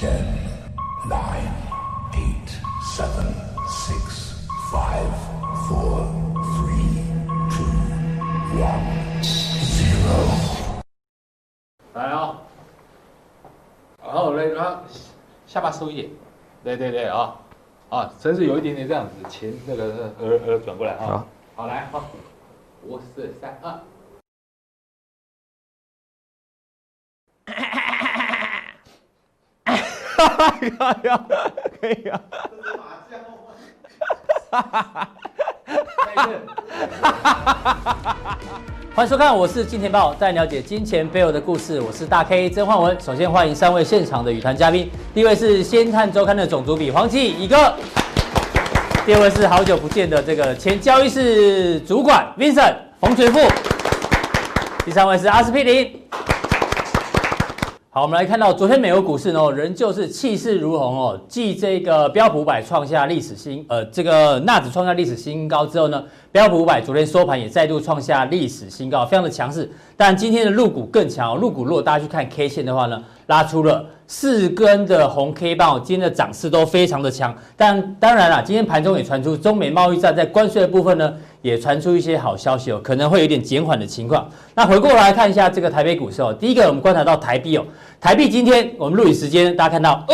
10, 9, 8, 7, 6, 5, 4, 3, 2, 1, 0。 来哦，然后下巴收一点，对啊，身子有一点点这样子，前那个耳转过来啊。好，来好，5、4、3、2。可以啊。这是麻将吗？ 欢迎收看，我是金钱豹，带你了解金钱背后的故事。我是大 K 曾焕文。首先欢迎3位现场的语坛嘉宾，第一位是《先探周刊》的总主笔黄启乙哥，第二位是好久不见的这个前交易室主管 Vincent 冯全富，第三位是阿司匹林。好，我们来看到昨天美国股市呢，仍旧是气势如虹哦。继这个标普500创下历史新，这个纳指创下历史新高之后呢，标普500昨天收盘也再度创下历史新高，非常的强势。但今天的陆股更强哦，陆股如果大家去看 K 线的话呢，拉出了4根的红 K 棒，今天的涨势都非常的强。但当然啦，今天盘中也传出中美贸易战在关税的部分呢，也传出一些好消息哦，可能会有点减缓的情况。那回过来看一下这个台北股市哦，第一个我们观察到台币哦。台币今天我们录影时间，大家看到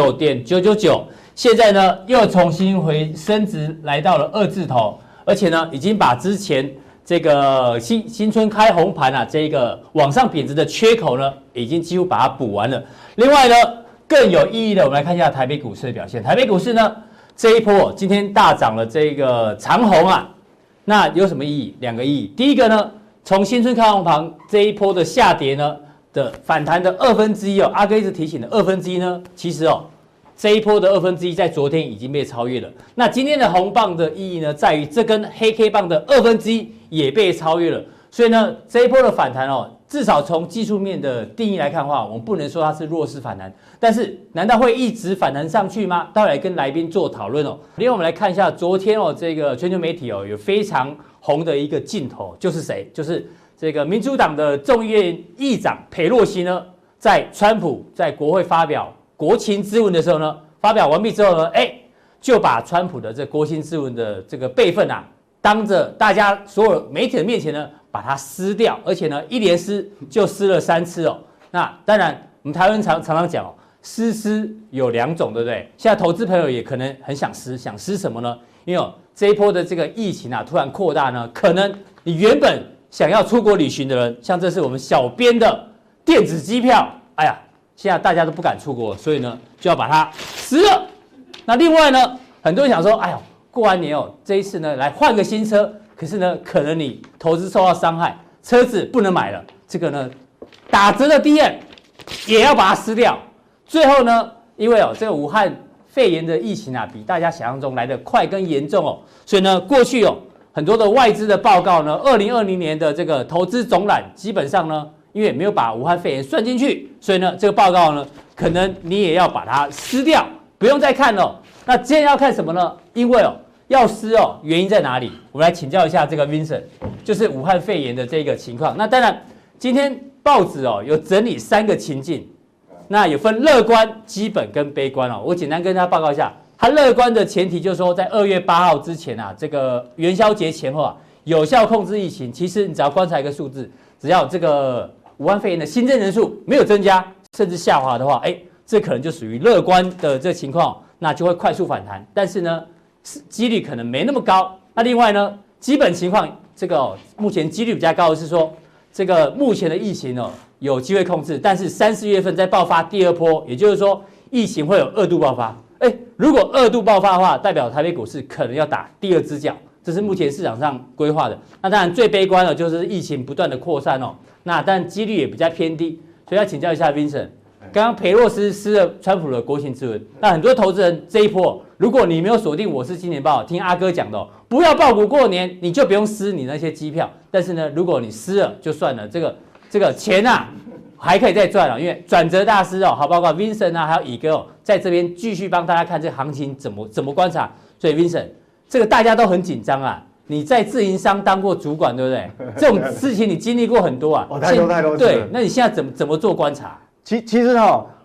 29.999，现在呢又重新升值来到了2字头，而且呢已经把之前这个新春开红盘啊这个往上贬值的缺口呢，已经几乎把它补完了。另外呢更有意义的，我们来看一下台北股市的表现。台北股市呢这一波今天大涨了这个长红啊，那有什么意义？2个意义。第一个呢，从新春开红盘这一波的下跌呢。的反弹的1/2哦，阿哥一直提醒的1/2呢，其实哦，这一波的1/2在昨天已经被超越了。那今天的红棒的意义呢，在于这根黑 K 棒的1/2也被超越了。所以呢，这一波的反弹哦，至少从技术面的定义来看的话，我们不能说它是弱势反弹。但是，难道会一直反弹上去吗？待会来跟来宾做讨论哦。另外，我们来看一下昨天哦，这个全球媒体哦，有非常红的一个镜头，就是谁？就是这个民主党的众议院议长裴洛西呢，在川普在国会发表国情咨文的时候呢，发表完毕之后呢，就把川普的这国情咨文的这个备份啊，当着大家所有媒体的面前呢，把它撕掉，而且呢，一连撕就撕了3次哦。那当然，我们台湾常讲哦，撕有2种，对不对？现在投资朋友也可能很想撕什么呢？因为这一波的这个疫情啊，突然扩大呢，可能你原本想要出国旅行的人，像这是我们小编的电子机票，哎呀，现在大家都不敢出国，所以呢就要把它撕了。那另外呢，很多人想说，哎呦，过完年哦，这一次呢来换个新车，可是呢可能你投资受到伤害，车子不能买了，这个呢打折的低案也要把它撕掉。最后呢，因为这个武汉肺炎的疫情啊，比大家想象中来得快跟严重哦，所以呢过去很多的外资的报告呢，2020年的这个投资总览基本上呢，因为没有把武汉肺炎算进去，所以呢，这个报告呢，可能你也要把它撕掉，不用再看了。那今天要看什么呢？因为要撕原因在哪里？我们来请教一下这个 Vincent， 就是武汉肺炎的这个情况。那当然，今天报纸有整理3个情境，那有分乐观、基本跟悲观我简单跟大家报告一下。它乐观的前提就是说，在2月8号之前啊，这个元宵节前后啊，有效控制疫情。其实你只要观察一个数字，只要这个武汉肺炎的新增人数没有增加，甚至下滑的话，这可能就属于乐观的这个情况，那就会快速反弹。但是呢，几率可能没那么高。那另外呢，基本情况这个目前几率比较高的是说，这个目前的疫情有机会控制，但是3、4月份再爆发第2波，也就是说疫情会有2度爆发。如果2度爆发的话，代表台北股市可能要打第2只脚，这是目前市场上规划的。那当然最悲观的就是疫情不断的扩散那但几率也比较偏低，所以要请教一下 Vincent， 刚刚裴洛斯撕了川普的国情咨文，那很多投资人这一波，如果你没有锁定我是金钱豹，听阿哥讲的不要抱股过年，你就不用撕你那些机票。但是呢，如果你撕了就算了，这个钱啊还可以再赚因为转折大师好，包括 Vincent 还有乙哥在这边继续帮大家看这个行情怎么观察。所以 Vincent， 这个大家都很紧张啊，你在自营商当过主管，对不对？这种事情你经历过很多啊。 太多。 对，那你现在怎么做观察？ 其实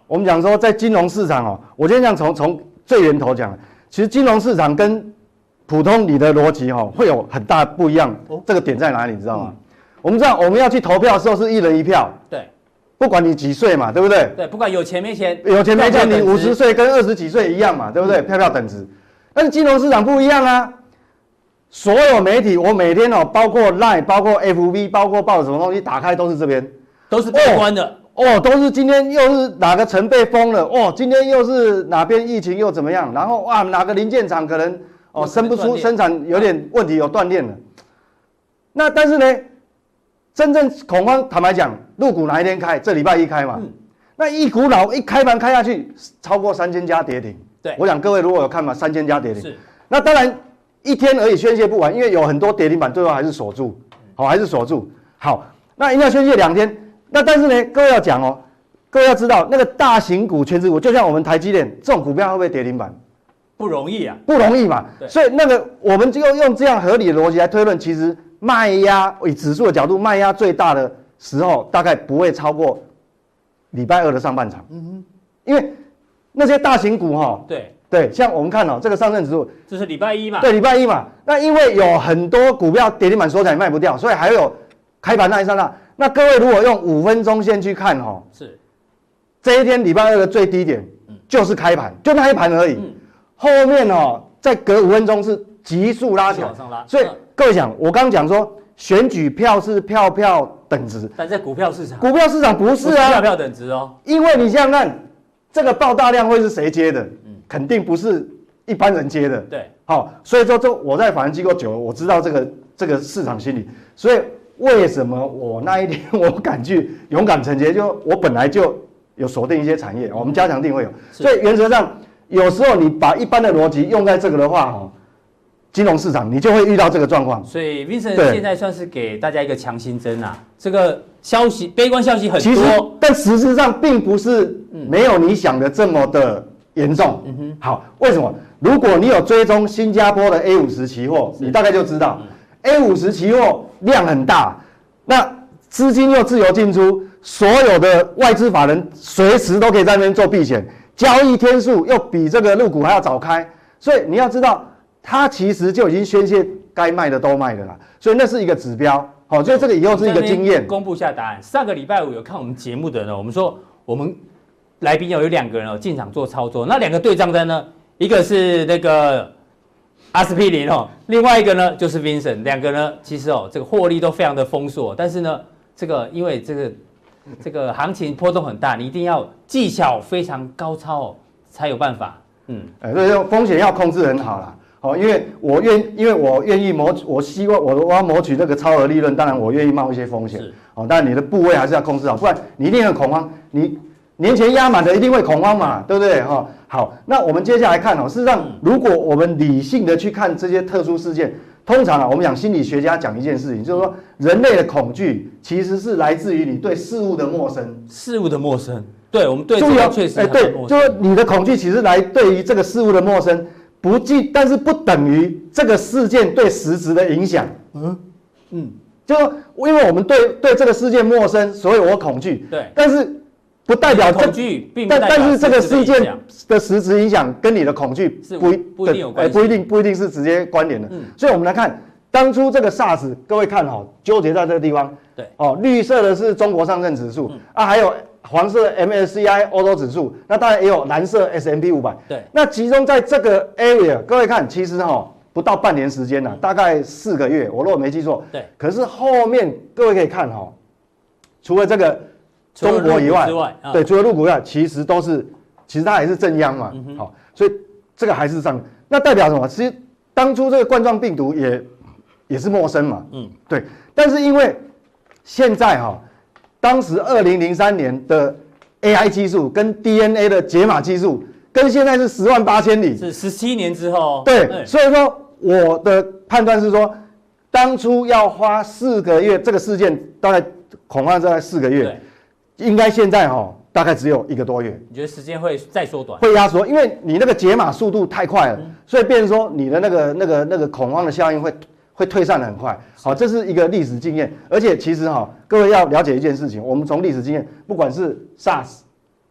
我们讲说在金融市场哦，我今天讲从最源头讲，其实金融市场跟普通你的逻辑会有很大不一样。这个点在哪里？你知道吗？我们知道我们要去投票的时候是1人1票， 对， 不管你几岁嘛，对不对？ 对，不管有钱没钱， 有钱没钱，你50岁跟20几岁一样嘛，对不对？票等值。但是金融市场不一样啊，所有媒体我每天包括 LINE、包括 FB、包括报什么东西打开都是这边， 都是悲观的。 都是今天又是哪个城被封了，今天又是哪边疫情又怎么样，然后哇哪个零件厂可能生不出生产有点问题有断链了。那但是呢，真正恐慌，坦白讲，陆股哪一天开？这礼拜1开嘛，那一股脑一开盘开下去，超过3000家跌停。对，我想各位如果有看嘛，3000家跌停。是。那当然一天而已宣泄不完，因为有很多跌停板最后还是锁住，还是锁住。好，那一定要宣泄2天。那但是呢，各位要讲各位要知道，那个大型股、权值股，就像我们台积电这种股票会不会跌停板？ 不容易啊， 不容易嘛。所以那个我们就用这样合理的逻辑来推论，其实卖压以指数的角度，卖压最大的时候大概不会超过礼拜2的上半场。因为那些大型股对，像我们看这个上证指数， 这是礼拜1嘛？ 对，礼拜1嘛。那因为有很多股票跌停板锁起来卖不掉，所以还有开盘那一刹那。那各位如果用5分钟线去看是这一天礼拜2的最低点，就是开盘，就那一盘而已。后面再隔5分钟是急速拉起来，所以各位想，我刚刚讲说选举票是票等值， 但在股票市场不是啊， 票等值因为你想想看，这个爆大量会是谁接的？肯定不是一般人接的。 对， 所以说我在法人机构久了，我知道这个市场心理，所以。为什么我那一天我敢去勇敢承接？就我本来就有锁定一些产业，我们加强定会有，所以原则上有时候你把一般的逻辑用在这个的话，金融市场你就会遇到这个状况。 所以 Vincent 现在算是给大家一个强心针啊，这个消息悲观消息很多， 其实但实质上并不是没有你想的这么的严重。好，为什么？如果你有追踪新加坡的 A50期货，你大概就知道。A50期货量很大，那资金又自由进出，所有的外资法人随时都可以在那边做避险，交易天数又比这个陆股还要早开，所以你要知道，它其实就已经宣泄该卖的都卖了啦，所以那是一个指标。所以这个以后是一个经验。 公布下答案。上个礼拜5有看我们节目的人，我们说我们来宾有2个人进场做操作，那2个对账单呢，一个是那个阿司匹林另外一个呢就是 Vincent， 2个呢其实这个获利都非常的丰硕，但是呢这个因为这个行情波动很大，你一定要技巧非常高超才有办法。 所以风险要控制很好啦。因为我愿意我希望我要谋取那个超额利润，当然我愿意冒一些风险。但你的部位还是要控制好，不然你一定很恐慌。你年前压满的一定会恐慌嘛，对不对？好，那我们接下来看事实上，如果我们理性的去看这些特殊事件，通常我们讲心理学家讲一件事情，就是说人类的恐惧其实是来自于你对事物的陌生。 事物的陌生，对我们对这个确实对，就是你的恐惧其实来对于这个事物的陌生，但是不等于这个事件对实质的影响。就是因为我们对这个事件陌生，所以我恐惧。 对， 但是不代表恐惧， 但是这个事件的实质影响跟你的恐惧不一定有关系， 不一定是直接关联的。所以我们来看当初这个 SARS， 各位看纠结在这个地方。 对， 绿色的是中国上证指数还有黄色 MSCI 欧洲指数，那当然也有蓝色 S&P 500。 对， 那集中在这个 area， 各位看，其实不到半年时间了，大概4个月，我如果没记错。 对， 可是后面各位可以看除了这个中国以外，对，除了陆股以外，其实它还是正央嘛，所以这个还是上，那代表什么？其实当初这个冠状病毒也是陌生嘛，对，但是因为现在当时2003年的 AI 技术跟 DNA 的解码技术，跟现在是10万8千里， 是17年之后， 对，所以说我的判断是说，当初要花4个月，这个事件大概恐慌大概4个月。应该现在大概只有1个多月。 你觉得时间会再缩短？ 会压缩，因为你那个解码速度太快了，所以变成说你的那个恐慌的效应会退散得很快。这是一个历史经验，而且其实各位要了解一件事情，我们从历史经验，不管是 SARS、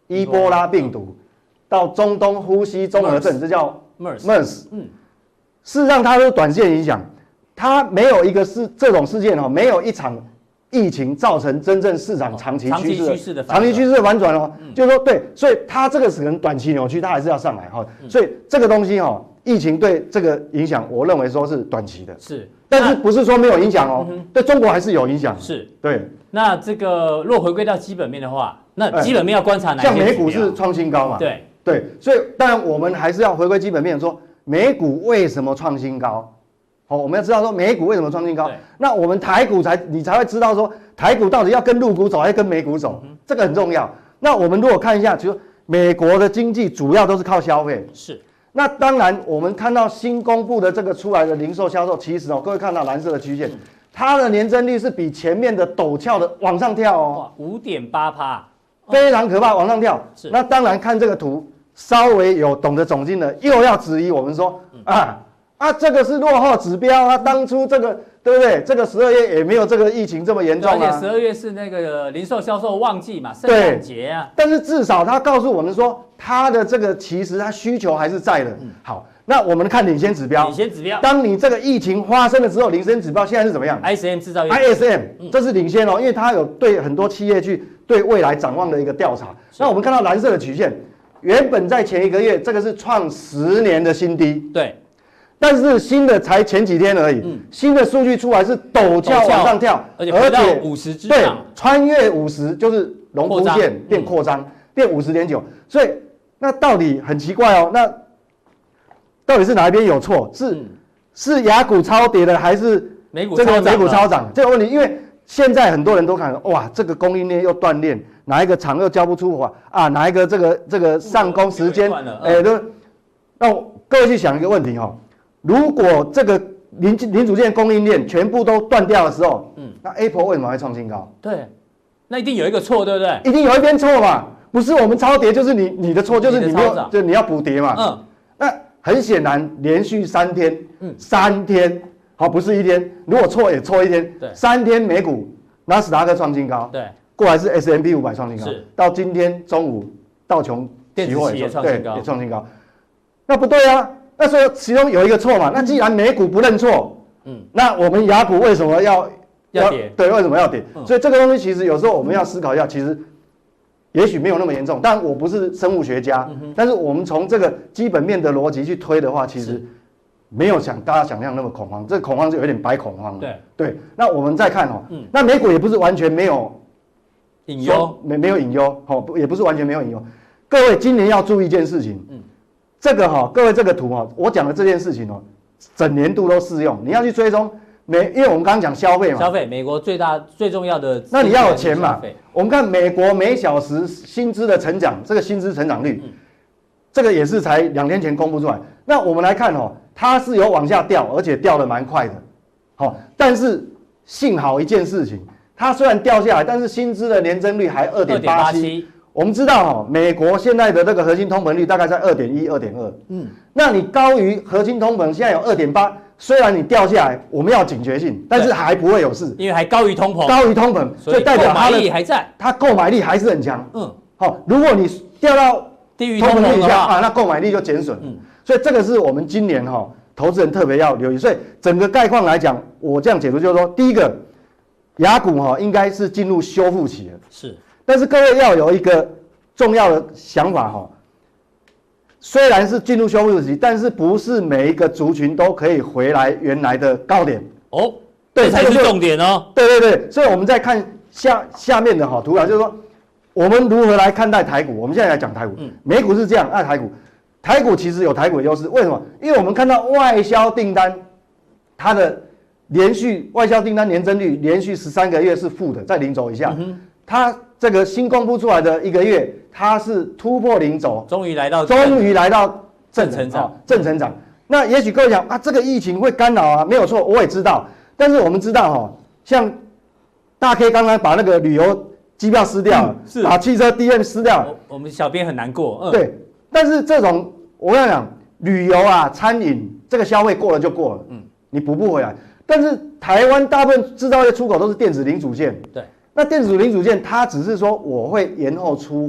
伊波拉病毒，到中东呼吸综合症，这叫 MERS。事实上它都是短线影响，它没有一个这种事件没有一场疫情造成真正市场长期趋势的反转哦。就是说对，所以它这个可能短期扭曲，它还是要上来哈。所以这个东西疫情对这个影响，我认为说是短期的， 是， 但是不是说没有影响哦？对中国还是有影响。 是， 对。 那这个若回归到基本面的话，那基本面要观察哪些？ 像美股是创新高嘛？对，所以当然我们还是要回归基本面，说美股为什么创新高？我们要知道说美股为什么创新高，那我们台股你才会知道说台股到底要跟陆股走还是跟美股走，这个很重要。那我们如果看一下，就是美国的经济主要都是靠消费， 是。那当然我们看到新公布的这个出来的零售销售，其实各位看到蓝色的曲线，它的年增率是比前面的陡峭的往上跳哦 ，5.8%， 非常可怕，往上跳。那当然看这个图，稍微有懂得总经的又要质疑我们说这个是落后指标啊，当初这个对不对？这个12月也没有这个疫情这么严重而且12月是那个零售销售旺季嘛，圣诞节啊。 但是至少他告诉我们说，它的这个其实它需求还是在的。好，那我们看领先指标。 领先指标， 当你这个疫情发生了之后，领先指标现在是怎么样 ？ISM 制造业 ，ISM 这是领先因为它有对很多企业去对未来展望的一个调查。那我们看到蓝色的曲线，原本在前一个月这个是创10年的新低。 对。 但是新的才前几天而已，新的数据出来是陡峭往上跳， 而且50之上， 对，穿越50就是龙枯线变扩张，变50.9，所以那到底很奇怪那到底是哪一边有错？是亚股超跌的，还是这个美股超涨？这个问题，因为现在很多人都看哇，这个供应链又断裂，哪一个厂又交不出货哪一个这个上工时间，那各位去想一个问题如果这个零组件供应链全部都断掉的时候，那 Apple 为什么会创新高？ 对，那一定有一个错，对不对？ 一定有一边错嘛，不是我们超跌，就是你的错，就是你没有，就你要补跌嘛。那很显然，连续3天，3天，不是1天，如果错也错1天，3天美股纳斯达克创新高， 对， 过来是 S&P 500创新高，到今天中午道琼期货也创新高，那不对啊。那所以其中有一个错嘛？那既然美股不认错，那我们亚股为什么要跌？对，为什么要跌？所以这个东西其实有时候我们要思考一下，其实也许没有那么严重。但我不是生物学家，但是我们从这个基本面的逻辑去推的话，其实没有大家想象那么恐慌。这个恐慌就有点白恐慌了。对。那我们再看那美股也不是完全没有隐忧， 没有隐忧，也不是完全没有隐忧。各位今年要注意一件事情，这个各位这个图我讲的这件事情整年度都适用。你要去追踪因为我们刚刚讲消费嘛， 消费美国最重要的， 那你要有钱嘛。我们看美国每小时薪资的成长，这个薪资成长率，这个也是才2天前公布出来。那我们来看它是有往下掉，而且掉得蛮快的。但是幸好一件事情，它虽然掉下来，但是薪资的年增率还2.87。我们知道美国现在的这个核心通膨率大概在2.1、2.2。那你高于核心通膨，现在有2.8，虽然你掉下来，我们要警觉性，但是还不会有事， 因为还高于通膨。 高于通膨，所以代表它的购买力还在，它购买力还是很强。如果你掉到低于通膨以下那购买力就减损。所以这个是我们今年投资人特别要留意。所以整个概况来讲，我这样解读就是说，第一个，亚股应该是进入修复期了。 是。 但是各位要有一个重要的想法虽然是进入修复期，但是不是每一个族群都可以回来原来的高点对，这才是重点对，所以我们再看下面的图表，就是说我们如何来看待台股。我们现在来讲台股，美股是这样，台股其实有台股的优势，为什么？因为我们看到外销订单，它的外销订单年增率连续13个月是负的，在0轴以下。它这个新公布出来的1个月，它是突破0轴， 终于来到正成长。那也许各位讲这个疫情会干扰没有错，我也知道。但是我们知道像大 K 刚刚把那个旅游机票撕掉了，把汽车 DM 撕掉了， 我们小编很难过。 对，但是这种我跟你讲，旅游餐饮这个消费过了就过了，你补不回来。但是台湾大部分制造业出口都是电子零组件， 对。 那电子零组件，它只是说我会延后出货，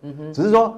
只是说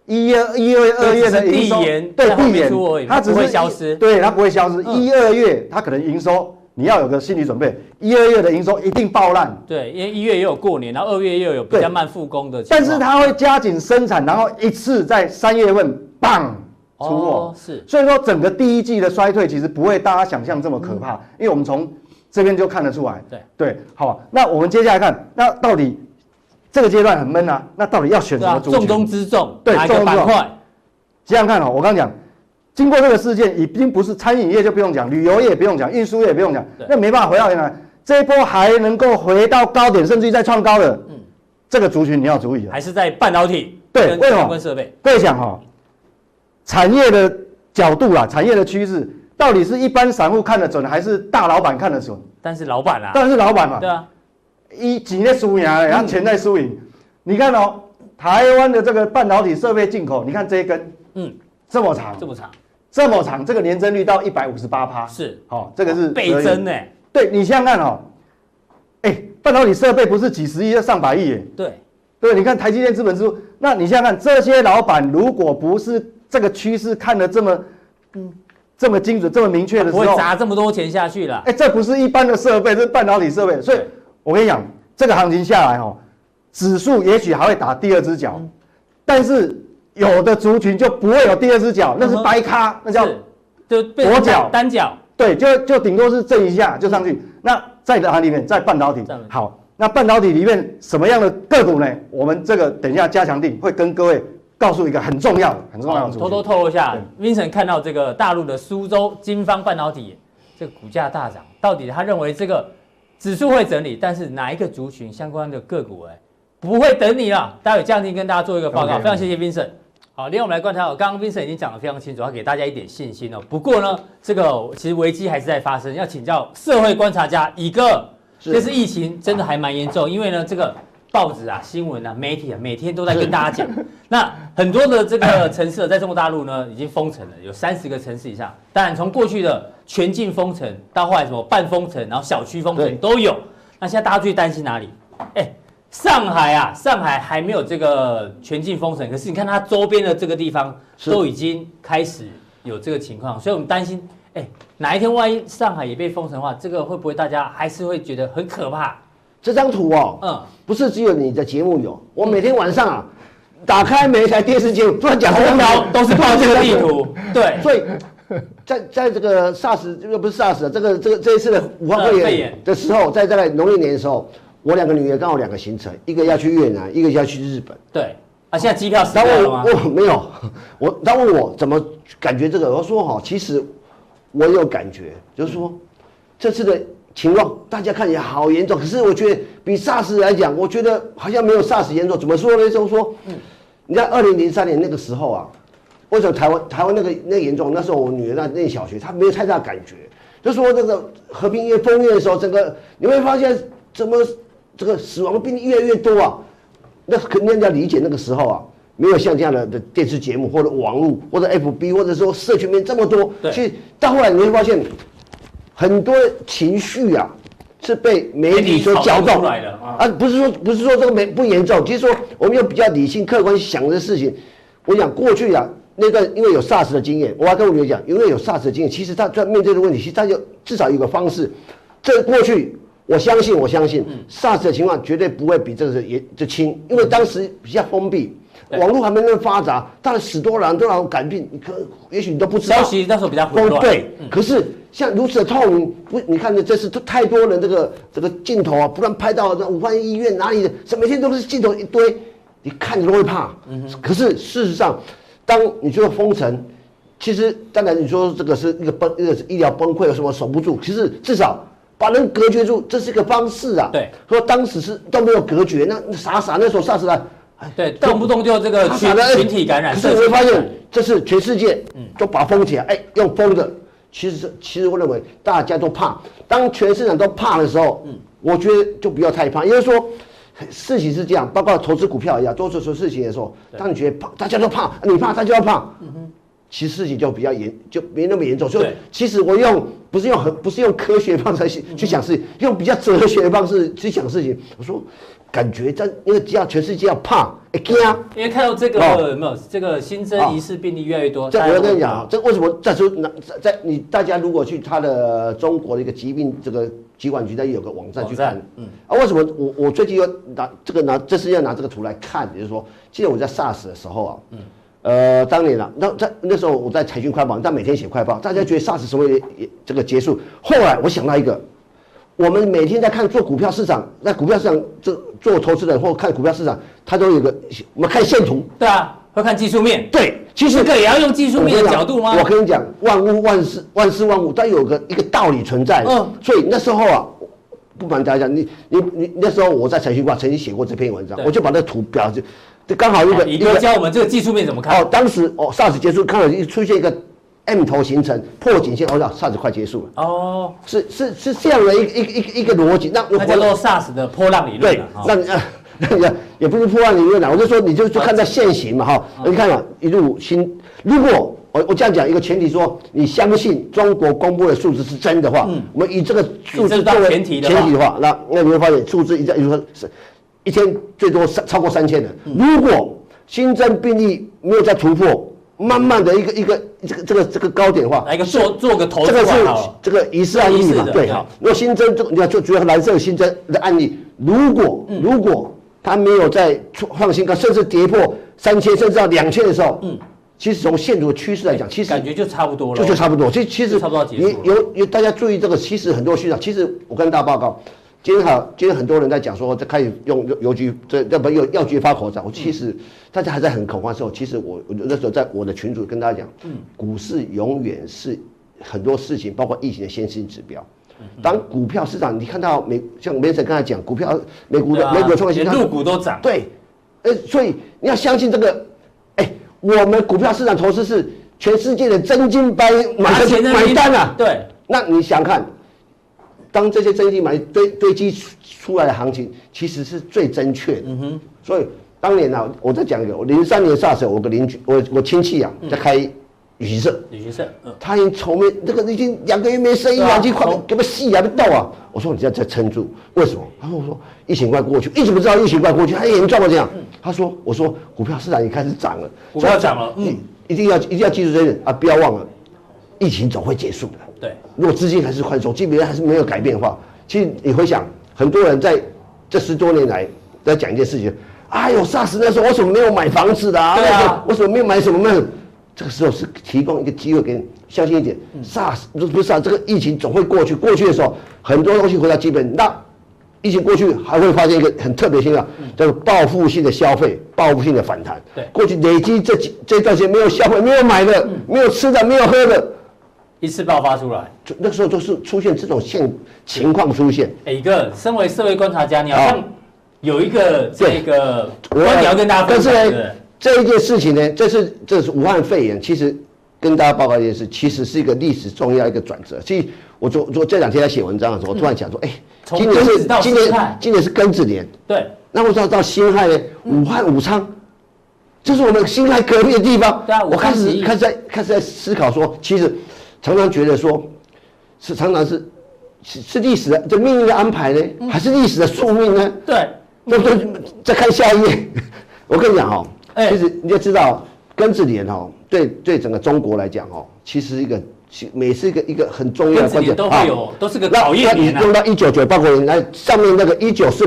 1、2月的营收对递延，它只是消失， 对，它不会消失。1、2月它可能营收，你要有个心理准备，1、2月的营收一定爆烂。 对，因为1月也有过年，然后2月又有比较慢复工的情况， 但是它会加紧生产，然后一次在3月份棒出货， 是。所以说整个第一季的衰退其实不会大家想象这么可怕，因为我们从这边就看得出来。对，好，那我们接下来看，那到底这个阶段很闷啊，那到底要选什么族群？ 重中之重， 对， 哪一个板块？ 想想看哦，我刚刚讲，经过这个事件，已经不是餐饮业就不用讲，旅游业也不用讲，运输业也不用讲，那没办法回到原来。这一波还能够回到高点，甚至于再创高的，这个族群你要注意了。 还是在半导体， 对，为什么？ 跟设备。 各位想哈，产业的角度啦，产业的趋势，到底是一般散户看得准，还是大老板看得准？ 但是老板啊， 当然是老板嘛。 对啊， 钱在输赢，然后钱在输赢。你看哦，台湾的这个半导体设备进口，你看这一根，这么长，这么长，这个年增率到158%， 是， 好，这个是倍增呢。 对，你想想看哦，半导体设备不是几十亿，要上百亿耶。对，你看台积电资本支出，那你想想看，这些老板如果不是这个趋势看得这么精准、这么明确的时候， 不会砸这么多钱下去了。 这不是一般的设备，这是半导体设备。所以我跟你讲，这个行情下来哦，指数也许还会打第二只脚，但是有的族群就不会有第二只脚，那是白咖，那叫跛脚、 单脚。 对，就顶多是震一下就上去。那在哪里面？在半导体。好，那半导体里面什么样的个股呢？我们这个等一下加强定会跟各位告诉一个很重要的族群。 偷偷透露一下 ，Vincent 看到这个大陆的苏州金方半导体这个股价大涨，到底他认为这个指数会整理，但是哪一个族群相关的个股不会等你了？待会加强定跟大家做一个报告。非常谢谢 Vincent。好，另外我们来观察，刚刚 Vincent 已经讲得非常清楚，他给大家一点信心哦。不过呢，这个其实危机还是在发生，要请教社会观察家一个，这次疫情真的还蛮严重，因为呢，这个报纸啊、新闻啊、媒体啊，每天都在跟大家讲。那很多的这个城市在中国大陆呢，已经封城了，有30个城市以上。当然，从过去的全境封城到后来什么半封城，然后小区封城都有。那现在大家最担心哪里？上海还没有这个全境封城，可是你看它周边的这个地方都已经开始有这个情况，所以我们担心，哪一天万一上海也被封城的话，这个会不会大家还是会觉得很可怕？ 这张图不是只有你的节目有，我每天晚上打开每一台电视节目，都在讲头条都是报这个地图，对， 所以在这个 SARS 又不是 SARS 这一次的武汉肺炎的时候，在农历年的时候。我2个女儿刚好2个行程，一个要去越南，一个要去日本。 对，现在机票死掉了吗？ 我没有，他问我怎么感觉这个，我说其实我有感觉，就是说这次的情况大家看起来好严重，可是我觉得比 SARS 来讲，我觉得好像没有 SARS 严重。怎么说呢？就是说，你在2003年那个时候为什么台湾那个严重？那时候我女儿那小学，她没有太大感觉。就说那个和平医院封院的时候，整个你会发现怎么。这个死亡的病例越来越多那肯定要理解那个时候没有像这样的电视节目或者网络或者 FB 或者说社群面这么多，其实到后来你会发现很多情绪是被媒体所搅动来的不是说这个不严重，其实说我们用比较理性客观想的事情。我讲过去那段因为有 SARS 的经验，我还跟我女儿讲，因为有 SARS 的经验，其实他在面对的问题，其实他就至少有个方式，这过去。我相信 SARS 的情况绝对不会比这个轻，因为当时比较封闭，网络还没那么发达，当然10多人感病，也许你都不知道。 消息那时候比较混乱。 对，可是像如此的透明，你看这次太多人这个镜头不断拍到武汉医院哪里的，每天都是镜头一堆，你看着都会怕。可是事实上，当你说封城，其实当然你说这个是一个医疗崩溃，有什么守不住，其实至少。把人隔绝住，这是个方式对， 说当时都没有隔绝，那傻那时候 SARS 对，动不动就这个群体感染。 可是你会发现，这是全世界都把封起来，用封的。其实我认为大家都怕，当全市场都怕的时候，我觉得就不要太怕，因为说事情是这样，包括投资股票一样，做事情的时候，当你觉得怕，大家都怕，你怕，大家都怕。其实事情就比较就没那么严重。所以其实我不是用科学方式去想事情，用比较哲学的方式去想事情。我说感觉在因为要全世界要怕，惊。 因为看到这个有没有这个新增疑似病例越来越多。 这我要跟你讲，这为什么再说大家如果去他的中国的一个疾病这个疾管局，它有个网站去看，为什么我最近要这次要拿这个图来看，就是说，记得我在 SARS 的时候啊，当年啊，那时候我在财讯快报，但每天写快报，大家觉得 SARS 什么也这个结束。后来我想到一个，我们每天在看做股票市场，在股票市场做投资人或看股票市场，它都有个我们看线图。 对啊，会看技术面。 对，其实这个也要用技术面的角度吗？ 我跟你讲，万物万事万物，它有一个道理存在。所以那时候啊。不瞒大家讲，你那时候我在财讯快报曾经写过这篇文章，我就把那个图表就刚好一个教我们这个技术面怎么看。 当时SARS 结束，看到出现一个 M 头形成破颈线，SARS 快结束了。是这样的一个逻辑。 那叫做 SARS 的波浪理论。 对，那也不是波浪理论啦，我就说你就看在现行嘛你看嘛，一路如果我这样讲一个前提说，你相信中国公布的数字是真的话，我们以这个数字作为前提的话，那你会发现数字一天最多超过3000人。如果新增病例没有再突破，慢慢的这个高点的话， 来一个做个头， 这个是这个疑似案例嘛？对，好。如果新增你看就主要蓝色新增的案例，如果它没有再创新高，甚至跌破3000甚至到2000的时候，其实从现图的趋势来讲，其实感觉就差不多了， 就差不多。其实差不多结束了。 有大家注意这个，其实很多讯号。其实我跟大家报告，今天很多人在讲说，在开始用邮局药局发口罩。其实大家还在很恐慌的时候，其实我那时候在我的群组跟大家讲，股市永远是很多事情，包括疫情的先行指标。当股票市场，你看到像梅森刚才讲，股票美股的创新， 连陆股都涨。 对，所以你要相信这个。我们股票市场投资是全世界的真金白银买单啊！ 对， 那你想看，当这些真金白银堆积出来的行情，其实是最正确的。所以当年啊，我再讲一个，我03年 SARS， 我个邻居，我亲戚啊，在开旅行社，他已经筹没这个已经2个月没生意了，已经快给不戏啊，被斗啊！我说你要再撑住，为什么？他说我说疫情快过去，一直不知道疫情快过去，还严重了这样。我说股票市场也开始涨了， 股票涨了， 一定要记住这一点啊！不要忘了，疫情总会结束的。 对， 如果资金还是宽松，基本上还是没有改变的话，其实你回想，很多人在这10多年来在讲一件事情，哎呦 ，SARS 那时候为什么没有买房子的啊？对啊，为什么没有买什么？这个时候是提供一个机会给你，相信一点，SARS 不是啊，这个疫情总会过去，过去的时候很多东西回到基本，那疫情过去还会发现一个很特别现象，叫做报复性的消费，报复性的反弹。 对， 过去累积这段时间没有消费、没有买的、没有吃的、没有喝的， 一次爆发出来， 那个时候就是出现这种情况出现。 一个身为社会观察家，你好像有一个这个观点要跟大家分享。但是呢， 这一件事情呢，这是武汉肺炎，其实跟大家报告一件事，其实是一个历史重要一个转折。所以我这2天在写文章的时候，我突然想说，今年是庚子年， 对。 那我知道到辛亥呢，武汉武昌，这是我们辛亥革命的地方。 对啊， 我开始在思考说，其实常常觉得说，常常是历史的这命运的安排呢，还是历史的宿命呢？ 对。 那再看下一页，我跟你讲其实你要知道庚子年对整个中国来讲其实每是一个很重要的关键， 都是个考验年。 用到1998年来上面那个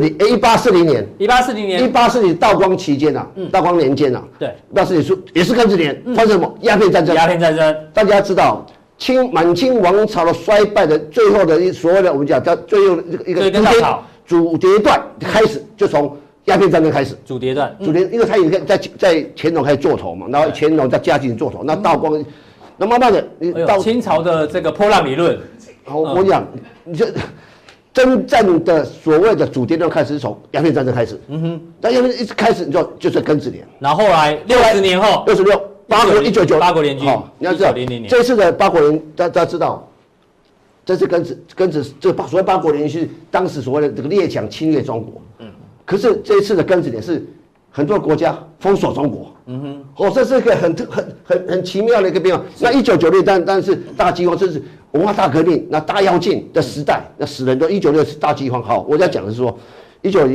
1840年，1840年道光期间道光年间对 ，1840年也是庚子年，发生什么鸦片战争？大家知道满清王朝的衰败的最后的所谓的我们讲叫最后的一个主跌段开始，就从鸦片战争开始。主跌，因为他已经在乾隆开始做头嘛，然后乾隆在嘉靖做头，那道光。那慢慢的， 到清朝的这个波浪理论， 我讲，你这真正的所谓的主跌段开始是从鸦片战争开始，但鸦片一直开始，你就是庚子年， 然后后来60年后 ，66 八国联军， 你要知道，这次的八国联，大家知道，这次庚子这个所谓八国联军是当时所谓的这个列强侵略中国，可是这一次的庚子年是很多国家封锁中国。这是一个很奇妙的一个变化。那1996年当然是大饥荒，这是文化大革命，那大跃进的时代，那死人都196是大饥荒。好，我要讲的是说，1996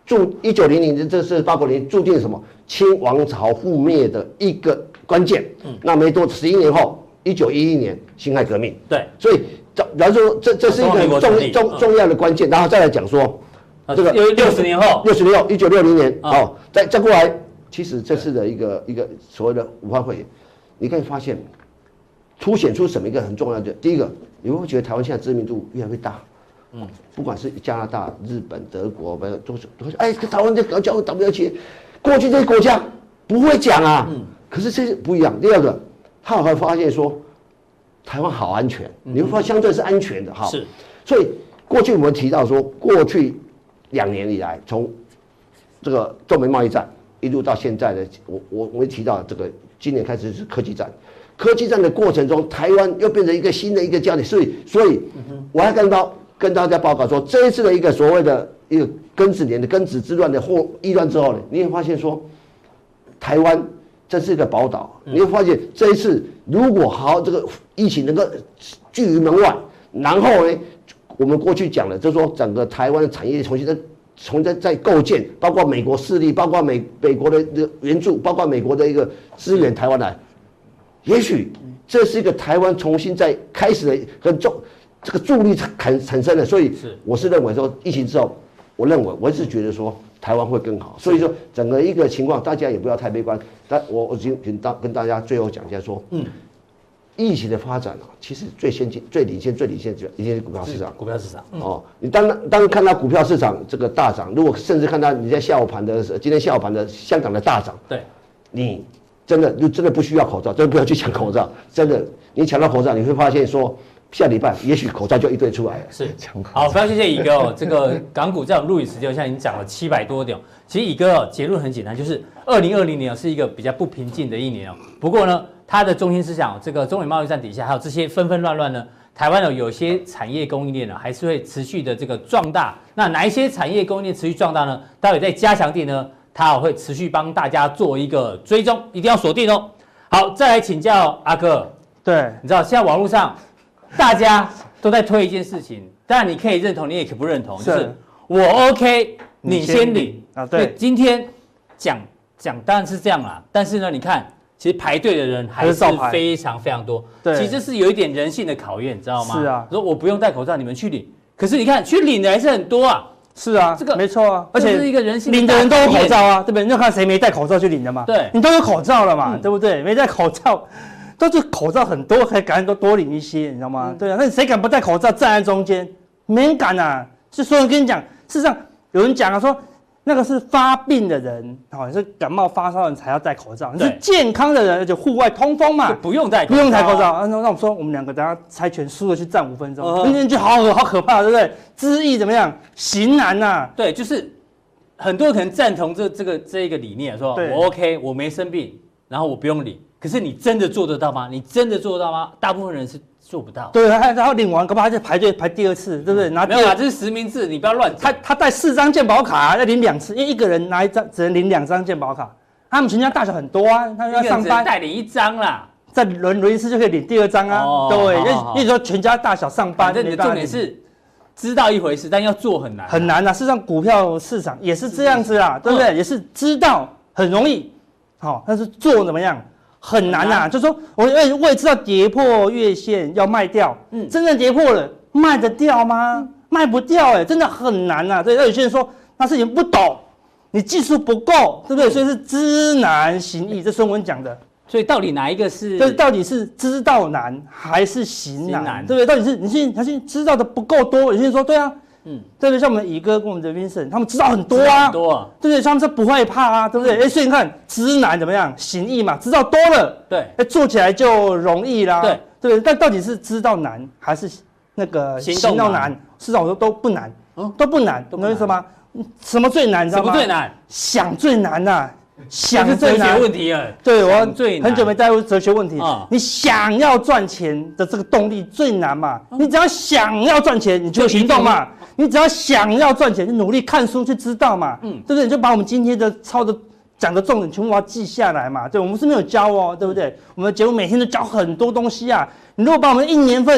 1900年这是八国联军注定什么？清王朝覆灭的一个关键。那没多11年后，1911年辛亥革命。 对， 所以比方说这是一个很重要的关键，然后再来讲说这个 60年后 ，1960年哦，再过来，其实这次的一个所谓的武汉肺炎，你可以发现凸显出什么一个很重要的，第一个，你会不会觉得台湾现在知名度越来越大？不管是加拿大、日本、德国，都说，哎，台湾这搞交 WHO， 过去这些国家不会讲啊，可是这些不一样。第二个，他会发现说，台湾好安全，你会发现相对是安全的哈。是，所以过去我们提到说，过去2年以来，从这个中美贸易战一路到现在的，我们提到这个今年开始是科技战。科技战的过程中，台湾又变成一个新的一个焦点，所以我还跟大家报告说，这一次的一个所谓的一个庚子年的庚子之乱的疫乱之后呢，你会发现说，台湾这是一个宝岛，你会发现这一次如果这个疫情能够拒于门外，然后呢，我们过去讲的就是说整个台湾的产业重新再构建，包括美国势力，包括美国的援助，包括美国的一个支援台湾来。也许这是一个台湾重新再开始的很这个助力产生的，所以我是认为说疫情之后，我是觉得说台湾会更好，所以说整个一个情况大家也不要太悲观。但我跟大家最后讲一下说，疫情的发展啊，其实最领先一定是股票市场。股票市场哦，你当看到股票市场这个大涨，如果甚至看到你在今天下午盘的香港的大涨，对，你。真的不需要口罩，真的不要去抢口罩。真的，你抢到口罩，你会发现说，下礼拜也许口罩就一堆出来了。是抢口罩。好，非常谢谢乙哥哦。这个港股在我们录影时间，现在已经涨了700多点。其实乙哥哦，结论很简单，就是2020年是一个比较不平静的一年哦。不过呢，它的中心思想，这个中美贸易战底下，还有这些纷纷乱乱呢，台湾有些产业供应链呢，还是会持续的这个壮大。那哪一些产业供应链持续壮大呢？待会在加强地呢？他会持续帮大家做一个追踪，一定要锁定哦。好，再来请教阿哥。对，你知道现在网络上大家都在推一件事情，当然你可以认同，你也可以不认同，就是我 OK， 你先领啊。对，今天讲当然是这样啦，但是呢，你看，其实排队的人还是非常非常多。对，其实是有一点人性的考验，你知道吗？是啊，说我不用戴口罩，你们去领，可是你看去领的还是很多啊。是啊，这个没错啊，而且是一个人性领的人都有口罩啊，对不对？你就看谁没戴口罩去领的嘛。对，你都有口罩了嘛，对不对？没戴口罩，都是口罩很多，还敢多领一些，你知道吗？对啊，那谁敢不戴口罩站在中间？没人敢啊！就所以我跟你讲，事实上有人讲啊，说那个是发病的人，是感冒发烧的人才要戴口罩，你是健康的人，而且户外通风嘛，不用戴口罩。那我们说，我们两个等下猜拳输了去站5分钟，那就好可怕，对不对？知易怎么样？行难呐。对，就是很多人可能赞同这一个理念，说我 OK， 我没生病，然后我不用领。可是你真的做得到吗？大部分人是做不到。对，然后领完，搞不好他就排队排第2次，对不对？没有啦，这是实名制，你不要乱。他带4张健保卡，要领2次，因为一个人拿1张，只能领2张健保卡。他们全家大小很多啊，他要上班，带领1张啦，再轮一次就可以领第2张啊。对，因为说全家大小上班，你的重点是知道一回事，但要做很难，很难啊。事实上，股票市场也是这样子啦，对不对？也是知道很容易，好，但是做怎么样？很难啊，就是说我也知道跌破月线要卖掉，真正跌破了卖得掉吗？卖不掉真的很难啊。对，有些人说那是你不懂，你技术不够，对不对？所以是知难行易，这孙文讲的。所以到底哪一个是？对，到底是知道难还是行难？对不对？到底是你现知道的不够多？有些人说对啊。对不对？像我们乙哥跟我们的 Vincent， 他们知道很多啊，对不对？他们是不会怕啊，对不对？所以你看，知难怎么样？行易嘛，知道多了，对，做起来就容易啦，对不对？但到底是知道难还是那个行动难？市场我说都不难，都不难，懂我意思吗？什么最难？你知道吗？什么最难？想最难呐。想是哲学问题了，对，我很久没带入哲学问题。你想要赚钱的这个动力最难嘛？你只要想要赚钱，你就行动嘛。你只要想要赚钱，就努力看书去知道嘛，对不对？你就把我们今天的讲的重点全部要记下来嘛。对，我们是没有教哦，对不对？我们的节目每天都教很多东西啊。你如果把我们1年份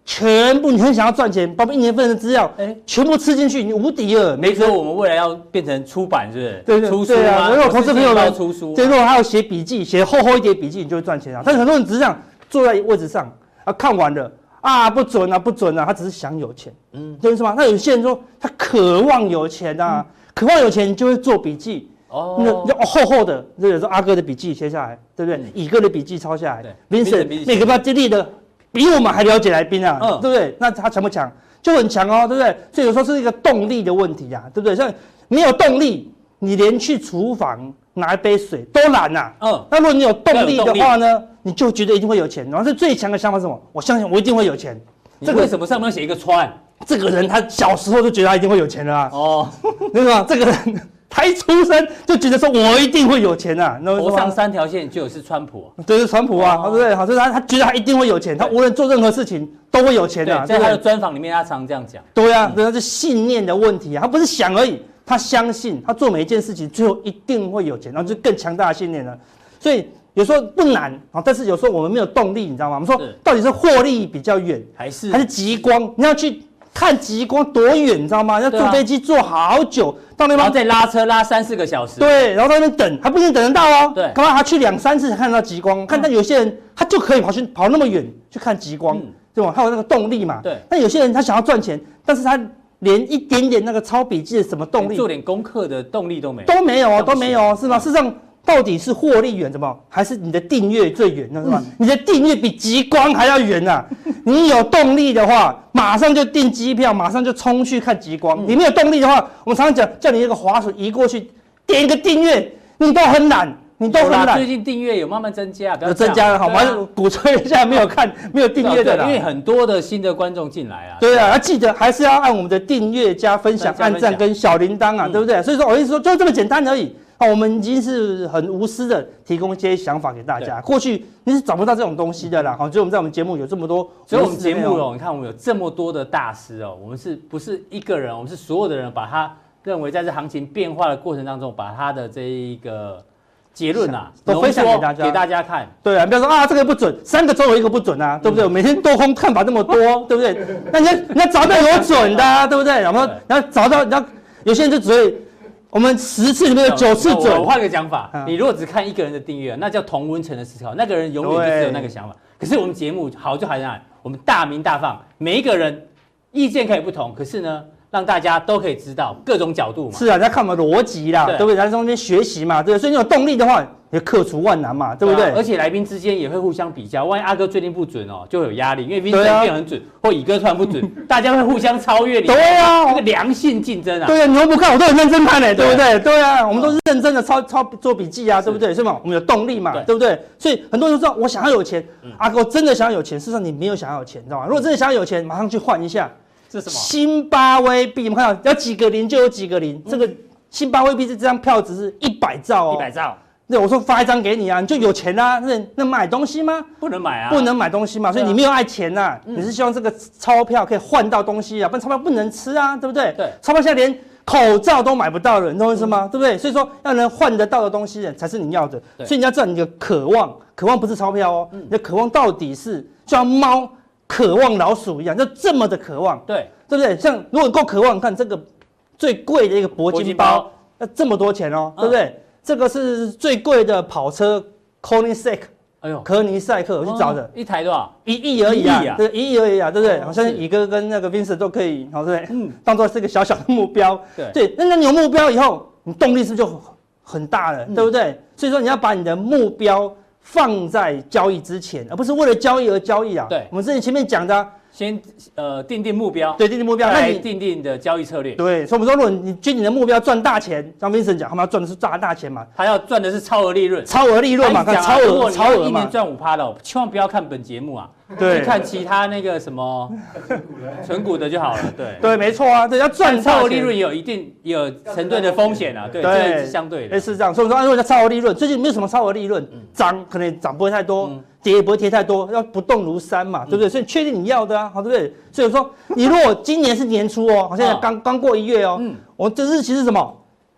全部你很想要赚钱，包括1年份的资料，全部吃进去，你无敌了。 没说我们未来要变成出版，是不是？ 对出书啊。 如果投资朋友们出书， 对，如果还要写笔记，写厚厚一叠笔记，你就会赚钱啊。但是很多人只是这样坐在位置上啊，看完了啊，不准啊，不准啊，他只是想有钱，懂是吗？那有些人说他渴望有钱啊，渴望有钱，你就会做笔记。那厚厚的，就有时候阿哥的笔记写下来，对不对？乙哥的笔记抄下来，Vincent 每个班接力的比我们还了解来宾啊，对不对？那他强不强？就很强哦，对不对？所以有时候是一个动力的问题啊，对不对？像没有动力，你连去厨房拿一杯水都懒呐。那如果你有动力的话呢，你就觉得一定会有钱。然后是最强的想法是什么？我相信我一定会有钱。 这个为什么上面写一个川？ 这个人他小时候就觉得他一定会有钱的啊。对吧？这个人。他一出生就觉得说，我一定会有钱啊！ 头上3条线就有是川普， 对，是川普啊，对不对？好，所以他觉得他一定会有钱，他无论做任何事情都会有钱啊。 在他的专访里面，他常这样讲。 对啊，那是信念的问题啊，他不是想而已，他相信，他做每一件事情最后一定会有钱，然后就更强大的信念了。所以有时候不难啊，但是有时候我们没有动力，你知道吗？我们说到底是获利比较远，还是极光？你要去看极光多远，你知道吗？要坐飞机坐好久。到那边再拉车拉3-4个小时， 对，然后在那边等，还不一定等得到哦。 对， 刚刚他去2-3次才看得到极光，看到有些人他就可以跑那么远去看极光，对吧？他有那个动力嘛。 对。 但有些人他想要赚钱，但是他连一点点那个抄笔记的什么动力， 做点功课的动力都没有， 都没有，是吗？事实上，到底是获利远，怎么还是你的订阅最远呢？是吧？你的订阅比极光还要远啊！你有动力的话，马上就订机票，马上就冲去看极光。你没有动力的话，我们常常讲，叫你那个滑鼠移过去，点一个订阅，你都很懒， 最近订阅有慢慢增加， 有增加了，好，我们鼓吹一下没有订阅的啦， 因为很多的新的观众进来啊。 对啊，要记得还是要按我们的订阅加分享、按赞跟小铃铛啊，对不对？所以说我意思说，就这么简单而已。我们已经是很无私的提供一些想法给大家。过去你是找不到这种东西的啦，所以我们在我们节目有这么多， 所以我们节目你看我们有这么多的大师哦，我们是不是一个人？我们是所有的人，把他认为在这行情变化的过程当中，把他的这一个结论啊， 都分享给大家看。 对啊，不要说啊这个不准，3个周有1个不准啊，对不对？每天多空看法这么多，对不对？那你要找到有准的啊，对不对？然后你要找到，有些人就只会。我们10次里面有9次准。 我换个讲法，你如果只看一个人的订阅，那叫同温层的思考，那个人永远就只有那个想法。可是我们节目好就好在哪里？我们大鸣大放，每一个人意见可以不同，可是呢，让大家都可以知道各种角度嘛。 是啊，在看我们逻辑啦，对不对？在中间学习嘛，对不对？所以你有动力的话，你克除万难嘛，对不对？ 而且来宾之间也会互相比较，万一阿哥最近不准哦，就会有压力，因为 Vincent 变很准，或乙哥突然不准，大家会互相超越你。 对啊， 那个良性竞争啊。 对啊，你都不看，我都很认真看嘞，对不对？对啊，我们都是认真的做笔记啊，对不对？是吗？我们有动力嘛，对不对？所以很多人都知道我想要有钱，阿哥真的想要有钱，事实上你没有想要有钱，知道吗？如果真的想要有钱，马上去换一下。 是什么？ 辛巴威币，我们看到有几个零就有几个零，这个辛巴威币这张票值是100兆哦，100 兆。 对，我说发一张给你啊，你就有钱啦。那买东西吗？ 不能买啊， 不能买东西嘛。所以你没有爱钱呐，你是希望这个钞票可以换到东西啊，不然钞票不能吃啊，对不对？ 对， 钞票现在连口罩都买不到了，你懂我意思吗？对不对？所以说要能换得到的东西才是你要的。所以你要知道你的渴望不是钞票哦，你的渴望到底是就像猫渴望老鼠一样，就这么的渴望。 对， 对不对？像如果够渴望，看这个最贵的一个铂金包，要这么多钱哦，对不对？这个是最贵的跑车 Koenigsegg， 科尼赛克，我去找的， 一台多少 ？1亿而已啊，对，1亿而已啊，对不对？好像乙哥跟那个 Vincent 都可以，好，对不对？当做是一个小小的目标，对，那你有目标以后，你动力是不是就很大了，对不对？所以说你要把你的目标放在交易之前，而不是为了交易而交易啊。对，我们之前前面讲的。 先定目标， 对，定目标， 那你定的交易策略， 对，所以我们说，如果你你的目标赚大钱，像 Vincent 讲，他们要赚的是大钱嘛， 他要赚的是超额利润嘛，看超额嘛，一年赚5%的，千万不要看本节目啊， 对， 看其他那个什么存股的就好了， 对，没错啊，对，要赚超额利润也有成对的风险啊，对，这是相对的， 是这样，所以说如果叫超额利润，最近没有什么超额利润，涨可能涨不会太多。跌也不会跌太多，要不动如山嘛，对不对？所以确定你要的啊，好，对不对？所以说，你如果今年是年初哦，好像刚过1月哦，我这日期是什么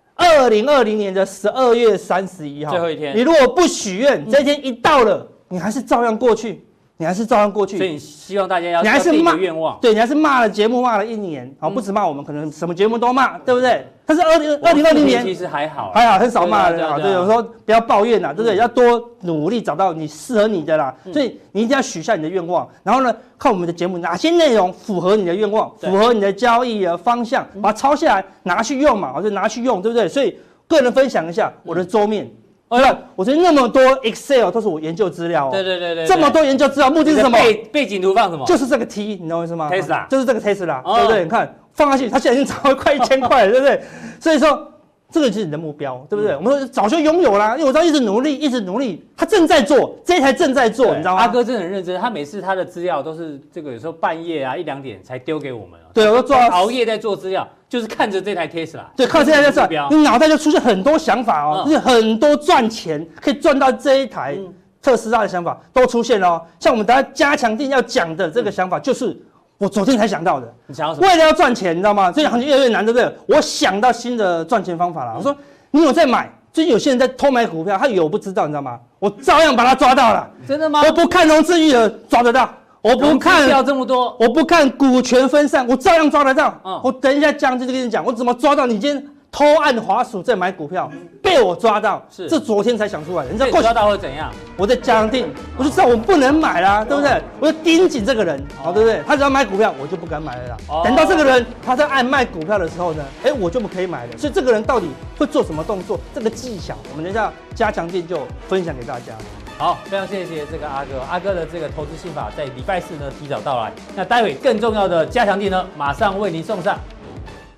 ？2020年的12月31号， 最后一天。 你如果不许愿，这一天一到了，你还是照样过去， 你还是照样过去。 所以你希望大家要你还是骂愿望， 对，你还是骂了节目骂了1年，好，不止骂我们，可能什么节目都骂，对不对？但是2020年其实还好， 很少骂人啊。对，有时候不要抱怨啦，对不对？要多努力找到你适合你的啦。所以你一定要许下你的愿望，然后呢，看我们的节目哪些内容符合你的愿望，符合你的交易的方向，把它抄下来拿去用嘛，就拿去用，对不对？所以个人分享一下我的桌面。我觉得那么多 Excel 都是我研究资料哦。 对， 这么多研究资料，目的是什么？ 背景图放什么？ 就是这个 T， 你懂我意思吗 ？Tesla， 就是这个 Tesla， 对不对？你看放下去，它现在已经涨了快1000块了，对不对？所以说这个就是你的目标，对不对？我们说早就拥有啦，因为我知道一直努力，他正在做，这一台正在做，你知道吗？ 阿哥真的很认真，他每次他的资料都是这个有时候半夜啊1、2点才丢给我们。 对，我都做熬夜在做资料。就是看着这台 Tesla， 对，看这台 Tesla， 你脑袋就出现很多想法哦，就是很多赚钱可以赚到这一台特斯拉的想法都出现了哦。像我们等下加强定要讲的这个想法，就是我昨天才想到的。 你想要什么？ 为了要赚钱，你知道吗？最近行情越来越难，对不对？我想到新的赚钱方法了。我说你有在买？最近有些人在偷买股票，他有不知道，你知道吗？我照样把他抓到了。 真的吗？ 我不看融资余额抓得到。我不看掉这么多， 我不看股权分散，我照样抓得到。我等一下将就跟你讲，我怎么抓到你今天偷按滑鼠在买股票，被我抓到， 是这昨天才想出来的。你知道抓到会怎样？ 我在加强定，我就知道我不能买啦，对不对？我就盯紧这个人，对不对？他只要买股票，我就不敢买了啦。等到这个人他在按卖股票的时候呢，我就不可以买了。所以这个人到底会做什么动作？这个技巧，我们等一下加强定就分享给大家。 好，非常谢谢这个阿哥的这个投资心法，在礼拜4呢提早到来。那待会更重要的加强定呢，马上为您送上。